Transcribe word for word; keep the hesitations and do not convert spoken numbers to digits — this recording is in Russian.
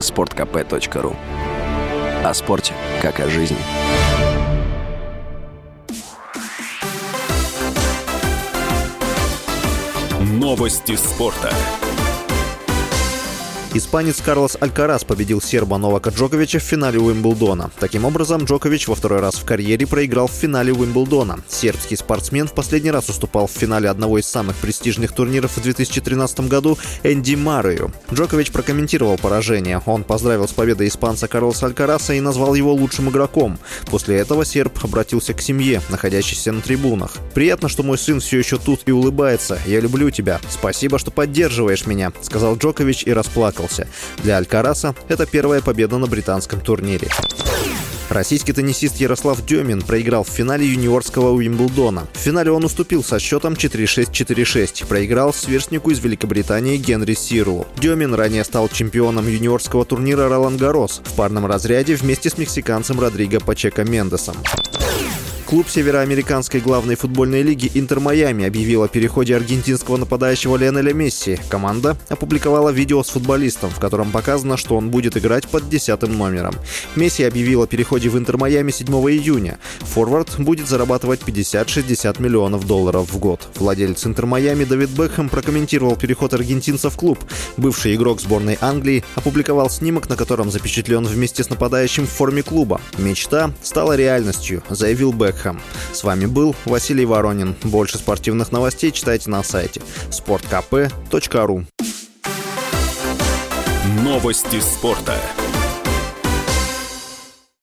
спорт ка пэ точка ру. О спорте, как о жизни. Новости спорта. Испанец Карлос Алькарас победил серба Новака Джоковича в финале Уимблдона. Таким образом, Джокович во второй раз в карьере проиграл в финале Уимблдона. Сербский спортсмен в последний раз уступал в финале одного из самых престижных турниров в две тысячи тринадцатом году Энди Маррею. Джокович прокомментировал поражение. Он поздравил с победой испанца Карлоса Алькараса и назвал его лучшим игроком. После этого серб обратился к семье, находящейся на трибунах. «Приятно, что мой сын все еще тут и улыбается. Я люблю тебя. Спасибо, что поддерживаешь меня», — сказал Джокович и расплакался. Для Алькараса это первая победа на британском турнире. Российский теннисист Ярослав Демин проиграл в финале юниорского Уимблдона. В финале он уступил со счетом четыре шесть - четыре шесть. Проиграл сверстнику из Великобритании Генри Сирлу. Демин ранее стал чемпионом юниорского турнира Ролан-Гаррос в парном разряде вместе с мексиканцем Родриго Пачеко Мендесом. Клуб североамериканской главной футбольной лиги «Интер Майами» объявил о переходе аргентинского нападающего Лионеля Месси. Команда опубликовала видео с футболистом, в котором показано, что он будет играть под десятым номером. Месси объявил о переходе в «Интер Майами» седьмого июня. Форвард будет зарабатывать пятьдесят-шестьдесят миллионов долларов в год. Владелец «Интер Майами» Дэвид Бекхэм прокомментировал переход аргентинца в клуб. Бывший игрок сборной Англии опубликовал снимок, на котором запечатлен вместе с нападающим в форме клуба. «Мечта стала реальностью», — заявил Бекхэм. С вами был Василий Воронин. Больше спортивных новостей читайте на сайте спорт ка пэ точка ру. Новости спорта.